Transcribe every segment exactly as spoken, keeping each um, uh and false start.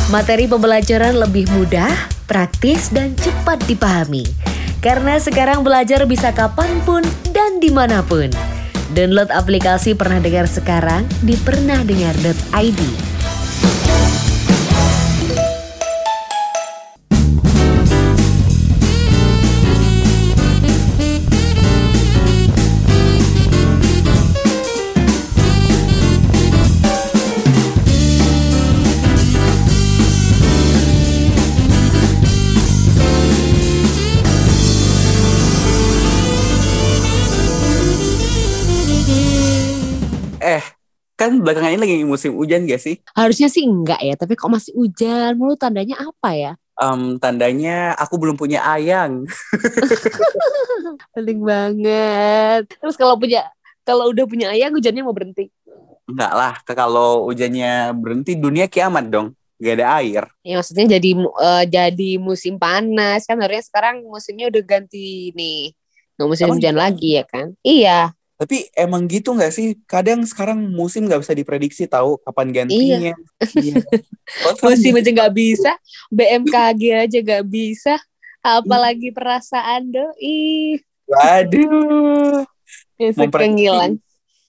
Materi pembelajaran lebih mudah, praktis, dan cepat dipahami. Karena sekarang belajar bisa kapanpun dan dimanapun. Download aplikasi Pernah Dengar sekarang di pernahdengar dot i d. Eh, kan belakangan ini lagi musim hujan gak sih? Harusnya sih enggak ya, tapi kok masih hujan mulu, tandanya apa ya? Um, tandanya aku belum punya ayang. Penting banget. Terus kalau punya, kalau udah punya ayah, hujannya mau berhenti? Enggak lah, kalau hujannya berhenti dunia kiamat dong. Gak ada air. Ya maksudnya jadi uh, jadi musim panas kan, harusnya sekarang musimnya udah ganti nih, nggak musim Emang hujan gitu? lagi ya kan? Iya, Tapi emang gitu gak sih? Kadang sekarang musim gak bisa diprediksi tahu kapan iya. gantinya. Iya. Kalau sekarang Musim musim aja nggak bisa, B M K G aja nggak bisa, apalagi perasaan doi. waduh. Ya Memprediksi, sekengilan.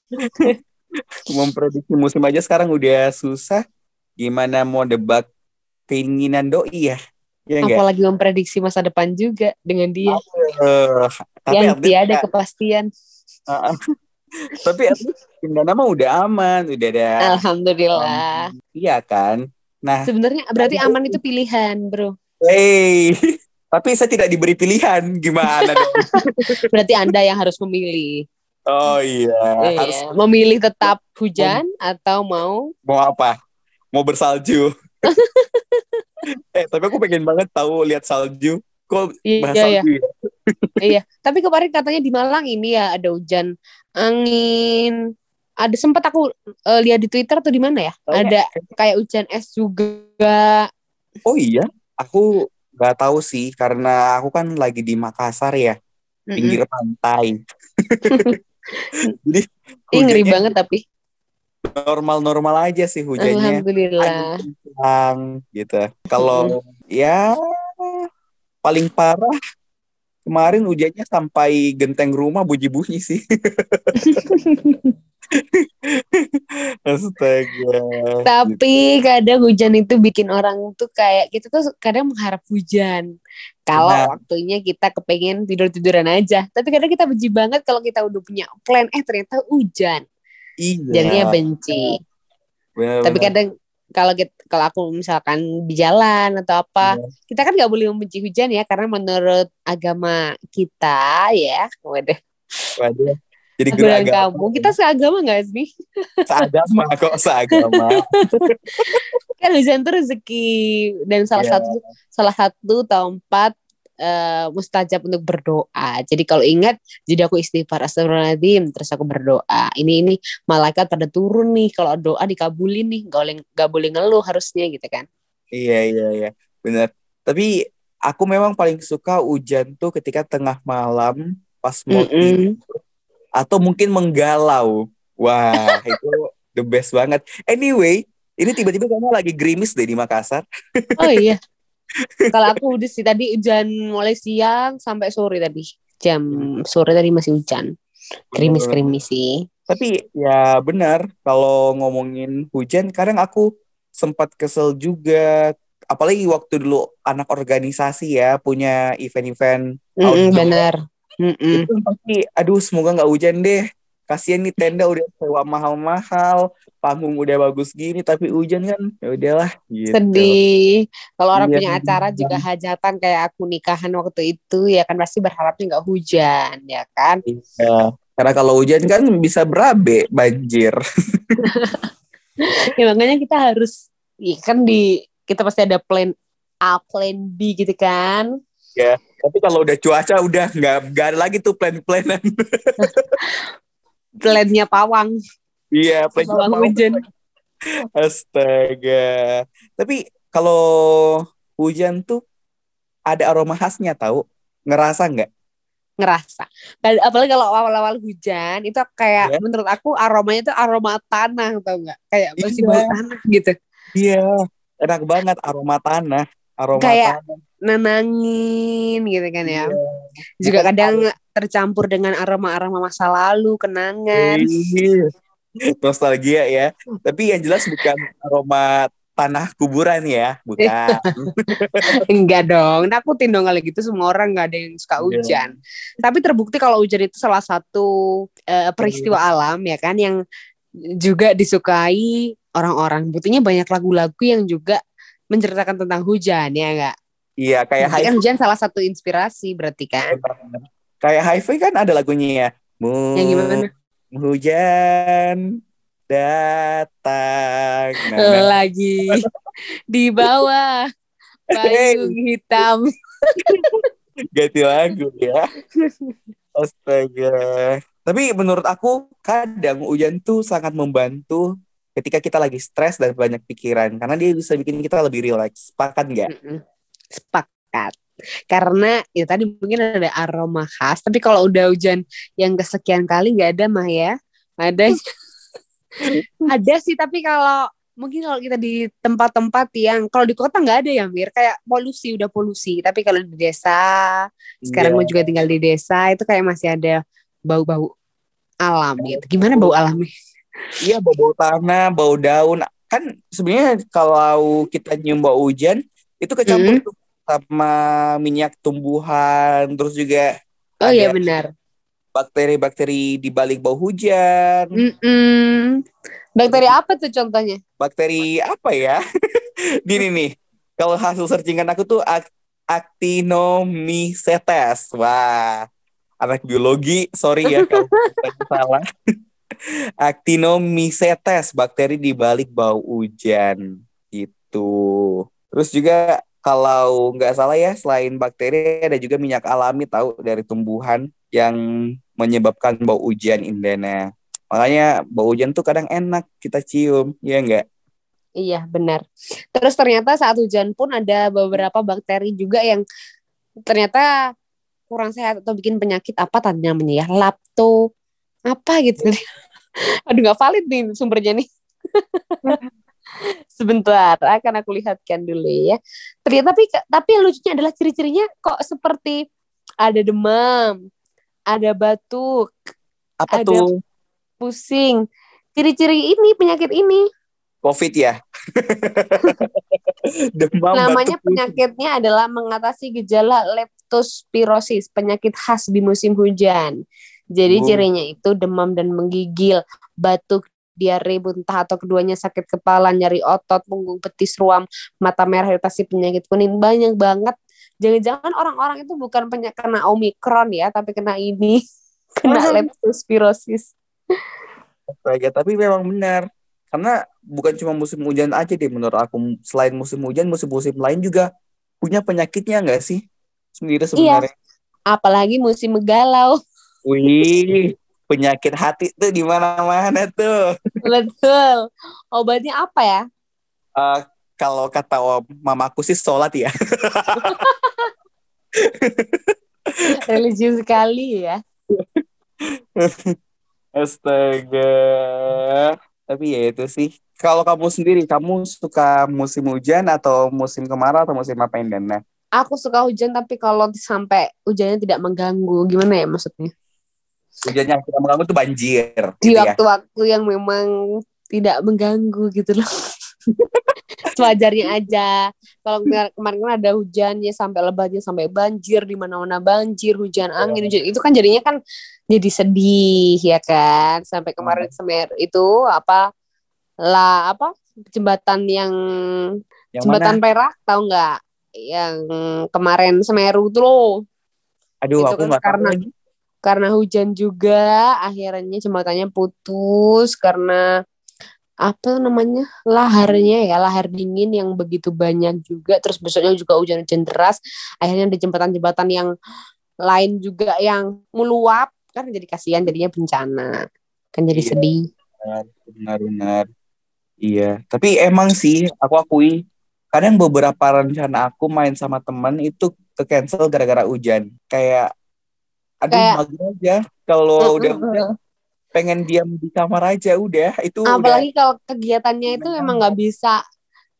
memprediksi musim aja sekarang udah susah. Gimana mau debak keinginan doi ya? Iya enggak? Apalagi memprediksi masa depan juga dengan dia Eh, tapi yang at least tiada ya, kepastian. uh, tapi at least Indana mah udah aman, udah ada um, Alhamdulillah. iya kan. Nah, Sebenarnya berarti aman itu pilihan, bro. hey, tapi saya tidak diberi pilihan, gimana dong? Berarti Anda yang harus memilih. Oh iya, harus Iya, memilih tetap mau, hujan atau mau mau apa? Mau bersalju. Eh, tapi aku pengen banget tahu lihat salju. Kok bahas iya ya. salju ya? Iya, tapi kemarin katanya di Malang ini ya ada hujan angin. Ada sempat aku uh, lihat di Twitter atau di mana ya? Kayaknya, Ada kayak hujan es juga. oh iya, aku nggak tahu sih karena aku kan lagi di Makassar ya, Mm-mm. pinggir pantai. Jadi Ih, ngeri hujannya banget tapi. normal-normal aja sih hujannya. Angin Alhamdulillah. kencang gitu. Mm-mm. Kalau ya paling parah kemarin hujannya sampai genteng rumah bunyi-bunyi sih. Astaga. Gitu. Tapi kadang hujan itu bikin orang tuh kayak kita tuh kadang mengharap hujan. Kalau Benar. waktunya kita kepengen tidur-tiduran aja. Tapi kadang kita benci banget kalau kita udah punya plan, eh ternyata hujan. Jadinya Iya. benci. Tapi Benar-benar. kadang kalau kita, kalau aku misalkan di jalan atau apa, Iya. kita kan nggak boleh membenci hujan ya, karena menurut agama kita ya, waduh, Waduh. Jadi aku guru dan agama. kamu, kita seagama nggak sih? Seagama kok seagama. Kan hujan itu rezeki dan salah Iya. satu salah satu tempat uh, mustajab untuk berdoa. Jadi kalau ingat, jadi aku istighfar astagfirullahaladzim, terus aku berdoa. Ini ini malaikat pada turun nih, kalau doa dikabulin nih, nggak boleh nggak boleh ngeluh harusnya gitu kan. Iya, iya, iya. Benar. Tapi aku memang paling suka hujan tuh ketika tengah malam pas mau tidur Mm-mm. atau mungkin menggalau. Wah, itu the best banget. Anyway, ini tiba-tiba kamu lagi gerimis deh di Makassar. Oh iya, kalau aku udah sih tadi hujan mulai siang sampai sore tadi. Jam sore tadi masih hujan. Bener. Krimis-krimis sih. Tapi ya benar, kalau ngomongin hujan, kadang aku sempat kesel juga. Apalagi waktu dulu anak organisasi ya, punya event-event Mm-mm, outdoor. benar. Mm-mm. Itu pasti, aduh semoga nggak hujan deh. Kasian nih tenda udah sewa mahal-mahal, panggung udah bagus gini, tapi hujan kan, ya udahlah gitu. Sedih. Kalau orang Iya, punya acara juga hajatan kayak aku nikahan waktu itu, ya kan pasti berharapnya nggak hujan, ya kan? iya. Karena kalau hujan kan bisa berabe, banjir. Ya makanya kita harus, ya kan di kita pasti ada plan A, plan B gitu kan? Ya, tapi kalau udah cuaca udah nggak nggak ada lagi tuh plan-planan. Plannya pawang, Iya, plannya pawang mau. hujan. Astaga. Tapi kalau hujan tuh ada aroma khasnya tahu? Ngerasa nggak? Ngerasa. Kal- Apalagi kalau awal-awal hujan itu kayak Ya. menurut aku aromanya itu aroma tanah, tau nggak? Kayak masih bau Iya, tanah gitu. iya. enak banget aroma tanah, aroma Kayak tanah. nenangin gitu kan ya. Iya. Juga Bukan kadang tercampur dengan aroma-aroma masa lalu, kenangan. Wih, nostalgia ya. Tapi yang jelas bukan aroma tanah kuburan ya, bukan. Enggak dong, nakutin dong kalau gitu, semua orang nggak ada yang suka Iya. hujan. Tapi terbukti kalau hujan itu salah satu eh, peristiwa alam ya kan yang juga disukai orang-orang. Buktinya banyak lagu-lagu yang juga menceritakan tentang hujan ya enggak? Iya, kayak Berarti kan Hi-Fi. hujan salah satu inspirasi berarti kan? Kayak Hi-Fi kan ada lagunya ya. Yang gimana? Hujan datang. Nah, nah. Lagi di bawah payung hitam. Ganti lagu ya. Astaga. Tapi menurut aku kadang hujan tuh sangat membantu ketika kita lagi stres dan banyak pikiran. Karena dia bisa bikin kita lebih rileks. Sepakat nggak? Mm-mm. Sepakat. Karena ya tadi mungkin ada aroma khas, tapi kalau udah hujan yang kesekian kali nggak ada mah ya. Ada ada sih, tapi kalau mungkin kalau kita di tempat-tempat yang kalau di kota nggak ada ya Mir, kayak polusi udah polusi. Tapi kalau di desa, sekarang gue Iya. juga tinggal di desa, itu kayak masih ada bau-bau alam gitu. Gimana bau alamnya? Iya, bau-bau tanah, bau daun. Kan sebenarnya kalau kita nyium bau hujan, itu kecampur Mm-mm. tuh sama minyak tumbuhan. Terus juga Oh iya ada benar. bakteri-bakteri di balik bau hujan. Mm-mm. Bakteri apa tuh contohnya? Bakteri apa ya? Gini nih, kalau hasil searchingan aku tuh Ac- Actinomycetes. Wah, anak biologi, sorry ya kalau saya salah. Actinomycetes, bakteri di balik bau hujan gitu. Terus juga kalau nggak salah ya, selain bakteri ada juga minyak alami tahu dari tumbuhan yang menyebabkan bau hujan indana. Makanya bau hujan tuh kadang enak kita cium, ya nggak? Iya benar. Terus ternyata saat hujan pun ada beberapa bakteri juga yang ternyata kurang sehat atau bikin penyakit apa tadi namanya ya, lapto apa gitu. Aduh nggak valid nih sumbernya nih. Sebentar, akan aku lihatkan dulu ya. Ternyata tapi tapi yang lucunya adalah ciri-cirinya kok seperti ada demam, ada batuk, Apa ada tuh? pusing. Ciri-ciri ini penyakit ini. COVID ya? Demam, Namanya batuk, pusing. penyakitnya adalah mengatasi gejala leptospirosis, penyakit khas di musim hujan. Jadi Bu. cirinya itu demam dan menggigil, batuk, diare, muntah atau keduanya, sakit kepala, nyeri otot, punggung, betis, ruam, mata merah, iritasi, penyakit kuning, banyak banget. Jangan-jangan orang-orang itu bukan penyakit kena Omikron ya, tapi kena ini, kena leptospirosis. Astaga, tapi memang benar. Karena bukan cuma musim hujan aja deh menurut aku. Selain musim hujan, musim-musim lain juga punya penyakitnya nggak sih? Sendiri Iya, sebenarnya. apalagi musim galau. Wih, penyakit hati tuh di mana-mana tuh. Betul. Obatnya apa ya? Eh, kalau kata om, mamaku sih sholat ya. Religius sekali ya. Astaga. Tapi ya itu sih. Kalau kamu sendiri, kamu suka musim hujan atau musim kemarau atau musim apa yang Dana? Aku suka hujan tapi kalau sampai hujannya tidak mengganggu, gimana ya maksudnya? Hujannya yang tidak mengganggu tuh banjir, Di gitu ya. waktu-waktu yang memang tidak mengganggu gitu loh. Sewajarnya aja. Kalau kemarin ada hujan ya sampai lebatnya sampai banjir, di mana-mana banjir, hujan angin, hujan itu kan jadinya kan jadi sedih ya kan. Sampai kemarin Semer itu apa lah apa jembatan yang, Yang jembatan mana? Perak tahu nggak? Yang kemarin Semeru tuh loh. Aduh, Itu aku kan nggak tahu karena lagi. karena hujan juga akhirnya jembatannya putus karena apa namanya laharnya ya, lahar dingin yang begitu banyak juga, terus besoknya juga hujan-hujan deras, akhirnya ada jembatan-jembatan yang lain juga yang meluap kan, jadi kasihan, jadinya bencana kan, jadi Iya, sedih. benar-benar. Iya, tapi emang sih aku akui kadang beberapa rencana aku main sama teman itu ke cancel gara-gara hujan. Kayak aduh Kayak mager aja kalau udah hujan uh-uh. pengen diam di kamar aja udah itu udah Apalagi kalau kegiatannya itu memang nggak bisa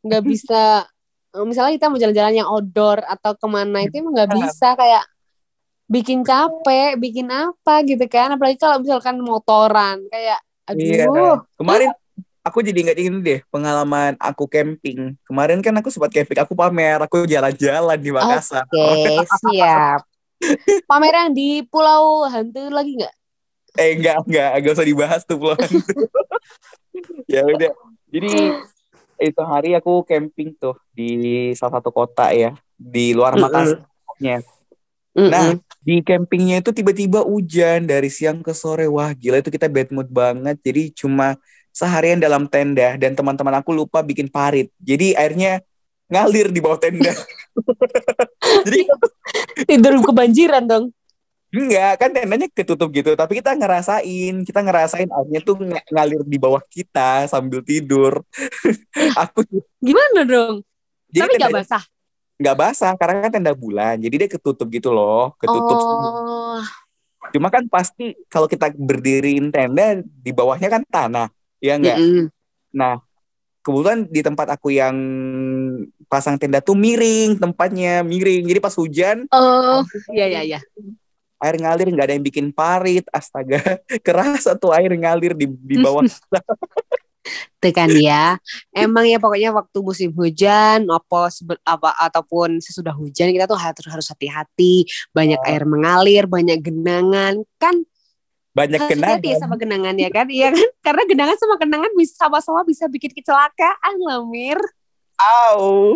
nggak bisa. Misalnya kita mau jalan-jalan yang outdoor atau kemana itu emang nggak bisa, kayak bikin capek, bikin apa gitu kan. Apalagi kalau misalkan motoran, kayak aduh. Iya. Kemarin aku jadi ingat ini deh, pengalaman aku camping. Kemarin kan aku sempat camping, aku pamer, aku jalan-jalan di Makassar. Oke, siap. Pamer yang di Pulau Hantu lagi nggak? Eh enggak, enggak, enggak usah dibahas tuh Pulau Hantu. Ya udah. Jadi itu hari aku camping tuh di salah satu kota ya, di luar Makassarnya. Nah, di campingnya itu tiba-tiba hujan dari siang ke sore. Wah, gila itu kita bad mood banget. Jadi cuma seharian dalam tenda dan teman-teman aku lupa bikin parit. Jadi airnya ngalir di bawah tenda. Jadi tidur kebanjiran dong. Enggak, kan tendanya ketutup gitu, tapi kita ngerasain, kita ngerasain airnya tuh ng- ngalir di bawah kita sambil tidur. Aku Gimana dong? jadi Tapi nggak tendanya basah. nggak basah karena kan tenda bulan, jadi dia ketutup gitu loh, ketutup. Oh, Cuma kan pasti kalau kita berdiriin tenda di bawahnya kan tanah, ya enggak? mm-mm. Nah, kebetulan di tempat aku yang pasang tenda tuh miring, tempatnya miring. Jadi pas hujan, Oh, iya iya iya. air ngalir, nggak ada yang bikin parit, astaga, kerasa tuh air ngalir di di bawah. Tuh kan ya. Emang ya pokoknya waktu musim hujan apa, sebe- apa ataupun sesudah hujan kita tuh harus harus hati-hati, banyak air mengalir, banyak genangan. Kan Banyak harus hati-hati ya kenangan. sama genangan ya kan? Iya kan? Karena genangan sama genangan bisa sama-sama bisa bikin kecelakaan loh, Mir. Au.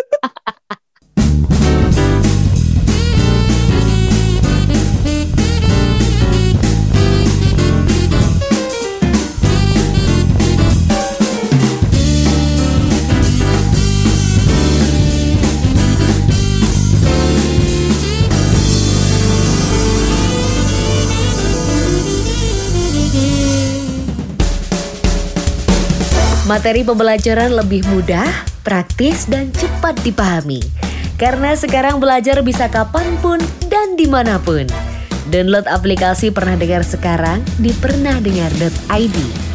Materi pembelajaran lebih mudah, praktis, dan cepat dipahami. Karena sekarang belajar bisa kapanpun dan dimanapun. Download aplikasi Pernah Dengar sekarang di pernahdengar dot i d.